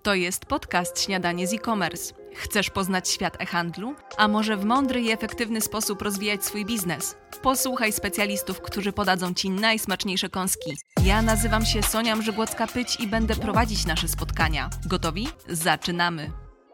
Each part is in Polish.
To jest podcast Śniadanie z e-commerce. Chcesz poznać świat e-handlu? A może w mądry i efektywny sposób rozwijać swój biznes? Posłuchaj specjalistów, którzy podadzą Ci najsmaczniejsze kąski. Ja nazywam się Sonia Mrzygłocka-Pyć i będę prowadzić nasze spotkania. Gotowi? Zaczynamy!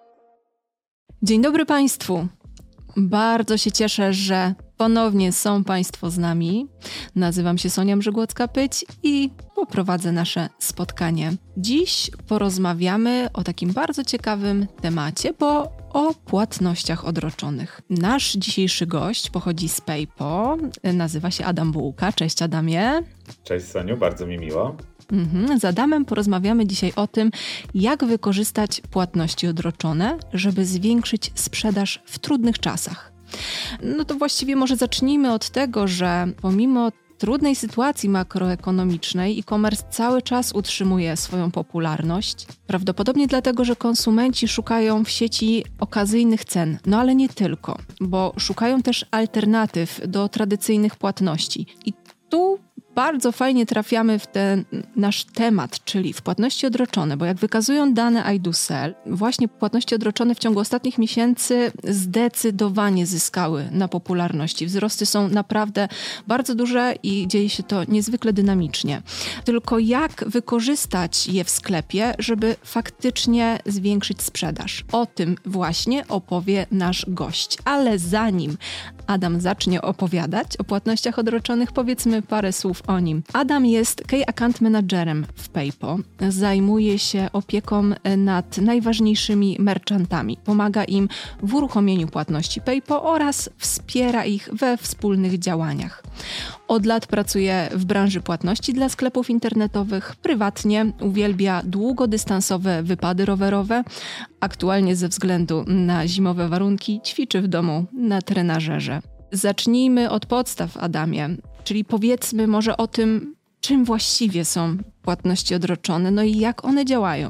Dzień dobry Państwu! Bardzo się cieszę, że ponownie są Państwo z nami. Nazywam się Sonia Mrzygłocka-Pyć i poprowadzę nasze spotkanie. Dziś porozmawiamy o takim bardzo ciekawym temacie, bo o płatnościach odroczonych. Nasz dzisiejszy gość pochodzi z PayPo, nazywa się Adam Bułka. Cześć Adamie. Cześć Soniu, bardzo mi miło. Z Adamem porozmawiamy dzisiaj o tym, jak wykorzystać płatności odroczone, żeby zwiększyć sprzedaż w trudnych czasach. No to właściwie może zacznijmy od tego, że pomimo trudnej sytuacji makroekonomicznej e-commerce cały czas utrzymuje swoją popularność. Prawdopodobnie dlatego, że konsumenci szukają w sieci okazyjnych cen, no ale nie tylko, bo szukają też alternatyw do tradycyjnych płatności. I tu bardzo fajnie trafiamy w ten nasz temat, czyli w płatności odroczone, bo jak wykazują dane iDoSell, właśnie płatności odroczone w ciągu ostatnich miesięcy zdecydowanie zyskały na popularności. Wzrosty są naprawdę bardzo duże i dzieje się to niezwykle dynamicznie. Tylko jak wykorzystać je w sklepie, żeby faktycznie zwiększyć sprzedaż? O tym właśnie opowie nasz gość. Ale zanim Adam zacznie opowiadać o płatnościach odroczonych, powiedzmy parę słów o nim. Adam jest Key Account Managerem w PayPo. Zajmuje się opieką nad najważniejszymi merchantami. Pomaga im w uruchomieniu płatności PayPo oraz wspiera ich we wspólnych działaniach. Od lat pracuje w branży płatności dla sklepów internetowych. Prywatnie uwielbia długodystansowe wypady rowerowe. Aktualnie ze względu na zimowe warunki ćwiczy w domu na trenażerze. Zacznijmy od podstaw, Adamie, czyli powiedzmy może o tym, czym właściwie są płatności odroczone, no i jak one działają.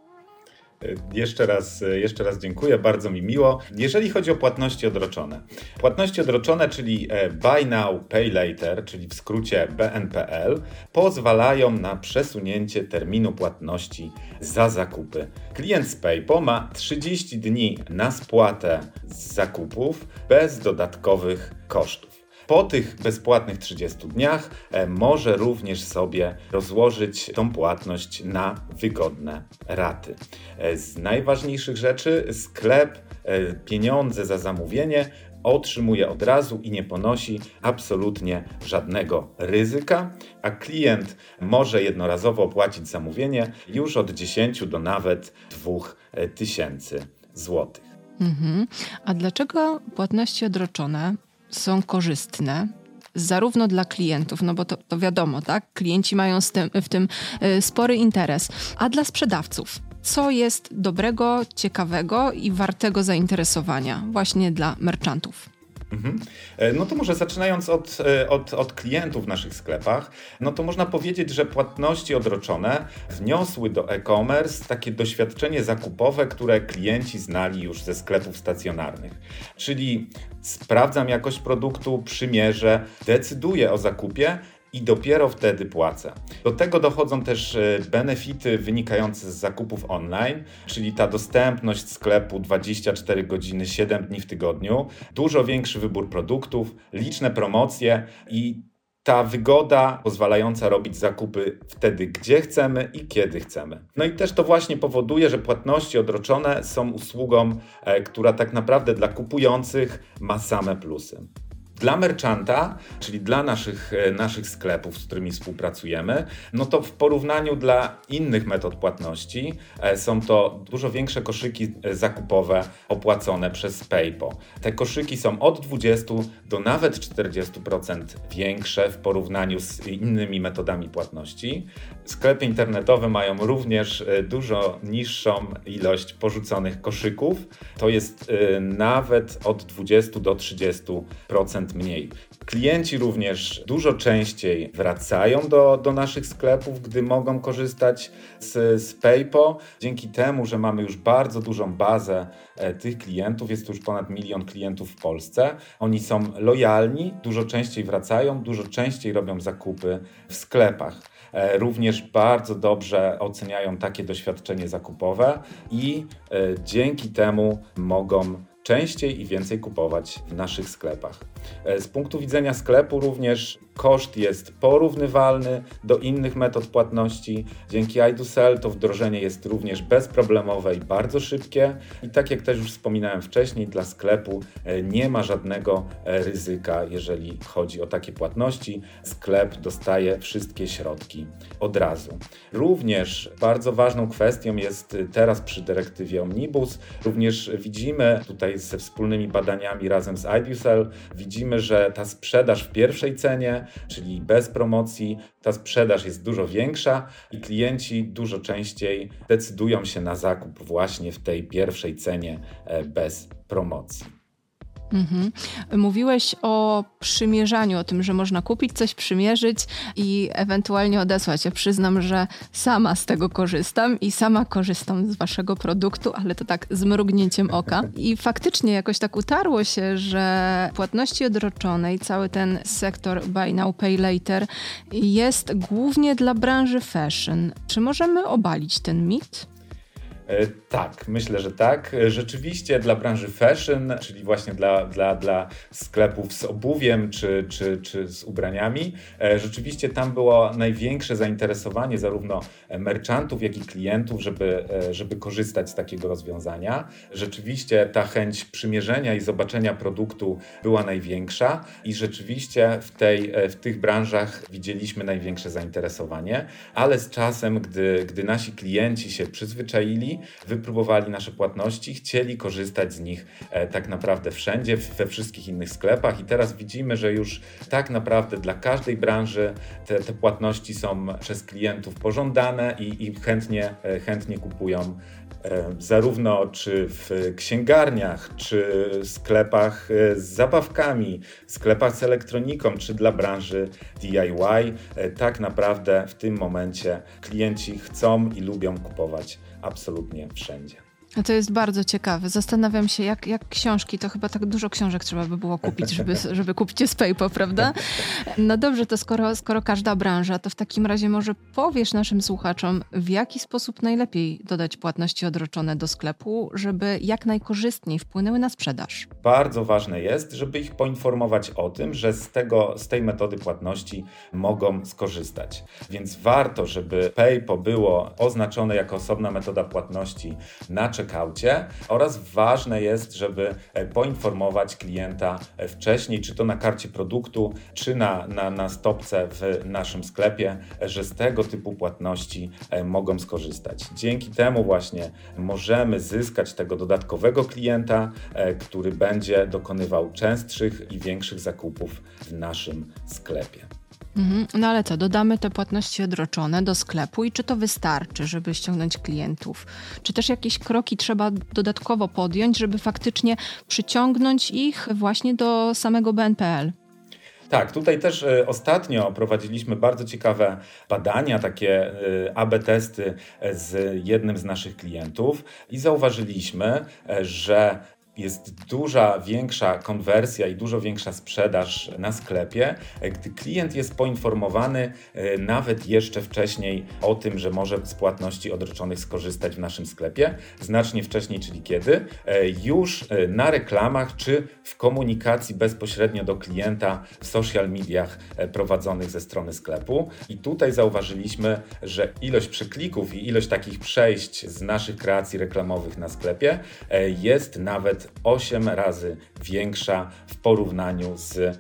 Jeszcze raz dziękuję, bardzo mi miło. Jeżeli chodzi o płatności odroczone, czyli Buy Now, Pay Later, czyli w skrócie BNPL, pozwalają na przesunięcie terminu płatności za zakupy. Klient z PayPo ma 30 dni na spłatę z zakupów bez dodatkowych kosztów. Po tych bezpłatnych 30 dniach może również sobie rozłożyć tą płatność na wygodne raty. Z najważniejszych rzeczy sklep pieniądze za zamówienie otrzymuje od razu i nie ponosi absolutnie żadnego ryzyka, a klient może jednorazowo opłacić zamówienie już od 10 do nawet 2000 złotych. A dlaczego płatności odroczone są korzystne zarówno dla klientów, no bo to wiadomo, tak? Klienci mają w tym spory interes, a dla sprzedawców? Co jest dobrego, ciekawego i wartego zainteresowania właśnie dla merchantów? No to może zaczynając od klientów w naszych sklepach, no to można powiedzieć, że płatności odroczone wniosły do e-commerce takie doświadczenie zakupowe, które klienci znali już ze sklepów stacjonarnych. Czyli sprawdzam jakość produktu, przymierzę, decyduję o zakupie i dopiero wtedy płacę. Do tego dochodzą też benefity wynikające z zakupów online, czyli ta dostępność sklepu 24 godziny, 7 dni w tygodniu, dużo większy wybór produktów, liczne promocje i ta wygoda pozwalająca robić zakupy wtedy, gdzie chcemy i kiedy chcemy. No i też to właśnie powoduje, że płatności odroczone są usługą, która tak naprawdę dla kupujących ma same plusy. Dla merchanta, czyli dla naszych sklepów, z którymi współpracujemy, no to w porównaniu dla innych metod płatności są to dużo większe koszyki zakupowe opłacone przez PayPo. Te koszyki są od 20 do nawet 40% większe w porównaniu z innymi metodami płatności. Sklepy internetowe mają również dużo niższą ilość porzuconych koszyków. To jest nawet od 20 do 30% mniej. Klienci również dużo częściej wracają do naszych sklepów, gdy mogą korzystać z PayPo. Dzięki temu, że mamy już bardzo dużą bazę tych klientów, jest to już ponad 1 milion klientów w Polsce. Oni są lojalni, dużo częściej wracają, dużo częściej robią zakupy w sklepach. Również bardzo dobrze oceniają takie doświadczenie zakupowe i dzięki temu mogą częściej i więcej kupować w naszych sklepach. Z punktu widzenia sklepu również koszt jest porównywalny do innych metod płatności. Dzięki I2Sell to wdrożenie jest również bezproblemowe i bardzo szybkie. I tak jak też już wspominałem wcześniej, dla sklepu nie ma żadnego ryzyka, jeżeli chodzi o takie płatności. Sklep dostaje wszystkie środki od razu. Również bardzo ważną kwestią jest teraz przy dyrektywie Omnibus. Również widzimy tutaj ze wspólnymi badaniami razem z I2Sell, widzimy, że ta sprzedaż w pierwszej cenie, czyli bez promocji, ta sprzedaż jest dużo większa i klienci dużo częściej decydują się na zakup właśnie w tej pierwszej cenie bez promocji. Mówiłeś o przymierzaniu, o tym, że można kupić coś, przymierzyć i ewentualnie odesłać. Ja przyznam, że sama z tego korzystam i sama korzystam z waszego produktu, ale to tak z mrugnięciem oka. I faktycznie jakoś tak utarło się, że płatności odroczone i cały ten sektor buy now, pay later jest głównie dla branży fashion. Czy możemy obalić ten mit? Tak, myślę, że tak. Rzeczywiście dla branży fashion, czyli właśnie dla sklepów z obuwiem czy z ubraniami, rzeczywiście tam było największe zainteresowanie zarówno merchantów, jak i klientów, żeby korzystać z takiego rozwiązania. Rzeczywiście ta chęć przymierzenia i zobaczenia produktu była największa i rzeczywiście w tych branżach widzieliśmy największe zainteresowanie, ale z czasem, gdy nasi klienci się przyzwyczaili, wypróbowali nasze płatności, chcieli korzystać z nich tak naprawdę wszędzie, we wszystkich innych sklepach i teraz widzimy, że już tak naprawdę dla każdej branży te płatności są przez klientów pożądane i chętnie kupują zarówno czy w księgarniach, czy sklepach z zabawkami, sklepach z elektroniką, czy dla branży DIY. Tak naprawdę w tym momencie klienci chcą i lubią kupować absolutnie wszędzie. No to jest bardzo ciekawe. Zastanawiam się, jak książki, to chyba tak dużo książek trzeba by było kupić, żeby kupić je z PayPal, prawda? No dobrze, to skoro każda branża, to w takim razie może powiesz naszym słuchaczom, w jaki sposób najlepiej dodać płatności odroczone do sklepu, żeby jak najkorzystniej wpłynęły na sprzedaż? Bardzo ważne jest, żeby ich poinformować o tym, że z tej metody płatności mogą skorzystać. Więc warto, żeby PayPal było oznaczone jako osobna metoda płatności na checkoutie oraz ważne jest, żeby poinformować klienta wcześniej, czy to na karcie produktu, czy na stopce w naszym sklepie, że z tego typu płatności mogą skorzystać. Dzięki temu właśnie możemy zyskać tego dodatkowego klienta, który będzie dokonywał częstszych i większych zakupów w naszym sklepie. No ale co, dodamy te płatności odroczone do sklepu i czy to wystarczy, żeby ściągnąć klientów? Czy też jakieś kroki trzeba dodatkowo podjąć, żeby faktycznie przyciągnąć ich właśnie do samego BNPL? Tak, tutaj też ostatnio prowadziliśmy bardzo ciekawe badania, takie AB testy z jednym z naszych klientów i zauważyliśmy, że jest duża, większa konwersja i dużo większa sprzedaż na sklepie, gdy klient jest poinformowany nawet jeszcze wcześniej o tym, że może z płatności odroczonych skorzystać w naszym sklepie. Znacznie wcześniej, czyli kiedy? Już na reklamach czy w komunikacji bezpośrednio do klienta w social mediach prowadzonych ze strony sklepu. I tutaj zauważyliśmy, że ilość przeklików i ilość takich przejść z naszych kreacji reklamowych na sklepie jest nawet 8 razy większa w porównaniu z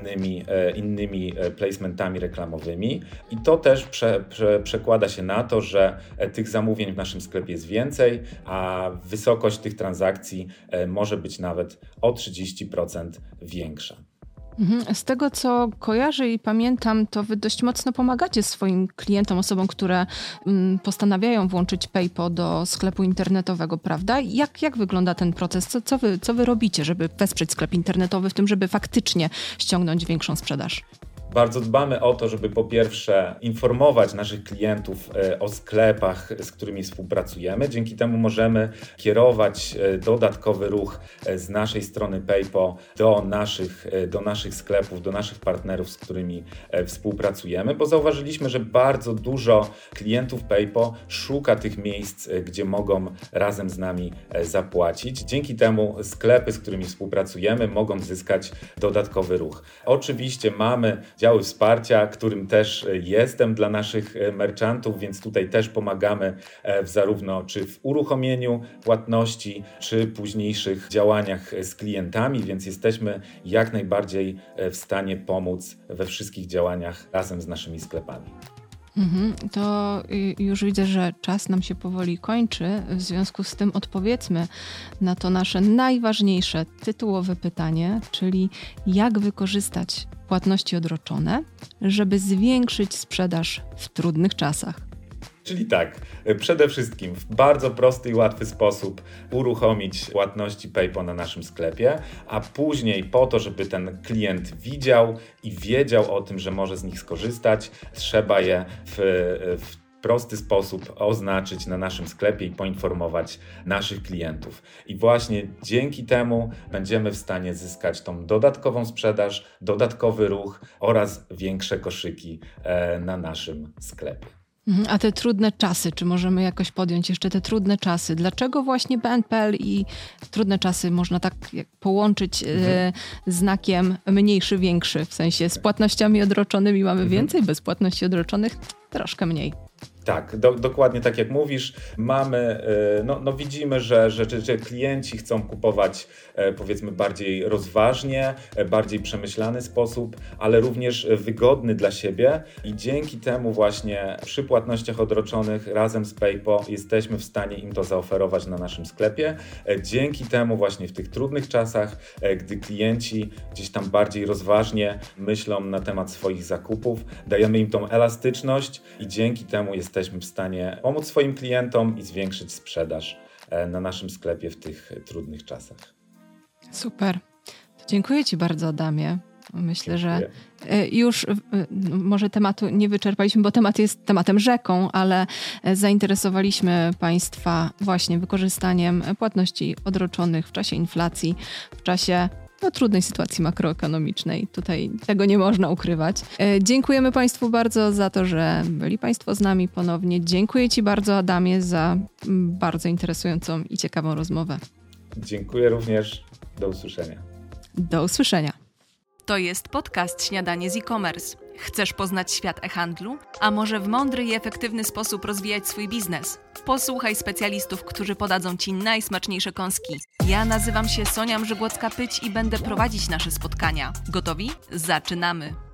innymi placementami reklamowymi i to też przekłada się na to, że tych zamówień w naszym sklepie jest więcej, a wysokość tych transakcji może być nawet o 30% większa. Z tego, co kojarzę i pamiętam, to wy dość mocno pomagacie swoim klientom, osobom, które postanawiają włączyć PayPo do sklepu internetowego, prawda? Jak wygląda ten proces? Co wy robicie, żeby wesprzeć sklep internetowy w tym, żeby faktycznie ściągnąć większą sprzedaż? Bardzo dbamy o to, żeby po pierwsze informować naszych klientów o sklepach, z którymi współpracujemy. Dzięki temu możemy kierować dodatkowy ruch z naszej strony PayPo do naszych sklepów, do naszych partnerów, z którymi współpracujemy, bo zauważyliśmy, że bardzo dużo klientów PayPo szuka tych miejsc, gdzie mogą razem z nami zapłacić. Dzięki temu sklepy, z którymi współpracujemy, mogą zyskać dodatkowy ruch. Oczywiście mamy działy wsparcia, którym też jestem dla naszych merchantów, więc tutaj też pomagamy zarówno czy w uruchomieniu płatności, czy późniejszych działaniach z klientami, więc jesteśmy jak najbardziej w stanie pomóc we wszystkich działaniach razem z naszymi sklepami. To już widzę, że czas nam się powoli kończy. W związku z tym odpowiedzmy na to nasze najważniejsze tytułowe pytanie, czyli jak wykorzystać płatności odroczone, żeby zwiększyć sprzedaż w trudnych czasach. Czyli tak, przede wszystkim w bardzo prosty i łatwy sposób uruchomić płatności PayPo na naszym sklepie, a później po to, żeby ten klient widział i wiedział o tym, że może z nich skorzystać, trzeba je w prosty sposób oznaczyć na naszym sklepie i poinformować naszych klientów. I właśnie dzięki temu będziemy w stanie zyskać tą dodatkową sprzedaż, dodatkowy ruch oraz większe koszyki na naszym sklepie. A te trudne czasy, czy możemy jakoś podjąć jeszcze te trudne czasy? Dlaczego właśnie BNPL i trudne czasy można tak połączyć znakiem mniejszy, większy? W sensie z płatnościami odroczonymi mamy więcej, bez płatności odroczonych troszkę mniej. Tak, dokładnie tak jak mówisz. Widzimy, że klienci chcą kupować powiedzmy bardziej rozważnie, bardziej przemyślany sposób, ale również wygodny dla siebie i dzięki temu właśnie przy płatnościach odroczonych razem z PayPo jesteśmy w stanie im to zaoferować na naszym sklepie. Dzięki temu właśnie w tych trudnych czasach, gdy klienci gdzieś tam bardziej rozważnie myślą na temat swoich zakupów, dajemy im tą elastyczność i dzięki temu jesteśmy w stanie pomóc swoim klientom i zwiększyć sprzedaż na naszym sklepie w tych trudnych czasach. Super. To dziękuję Ci bardzo, Adamie. Myślę, że już może tematu nie wyczerpaliśmy, bo temat jest tematem rzeką, ale zainteresowaliśmy Państwa właśnie wykorzystaniem płatności odroczonych w czasie inflacji, w czasie trudnej sytuacji makroekonomicznej. Tutaj tego nie można ukrywać. Dziękujemy Państwu bardzo za to, że byli Państwo z nami ponownie. Dziękuję Ci bardzo, Adamie, za bardzo interesującą i ciekawą rozmowę. Dziękuję również. Do usłyszenia. Do usłyszenia. To jest podcast Śniadanie z e-commerce. Chcesz poznać świat e-handlu? A może w mądry i efektywny sposób rozwijać swój biznes? Posłuchaj specjalistów, którzy podadzą Ci najsmaczniejsze kąski. Ja nazywam się Sonia Mrzygłocka-Pyć i będę prowadzić nasze spotkania. Gotowi? Zaczynamy!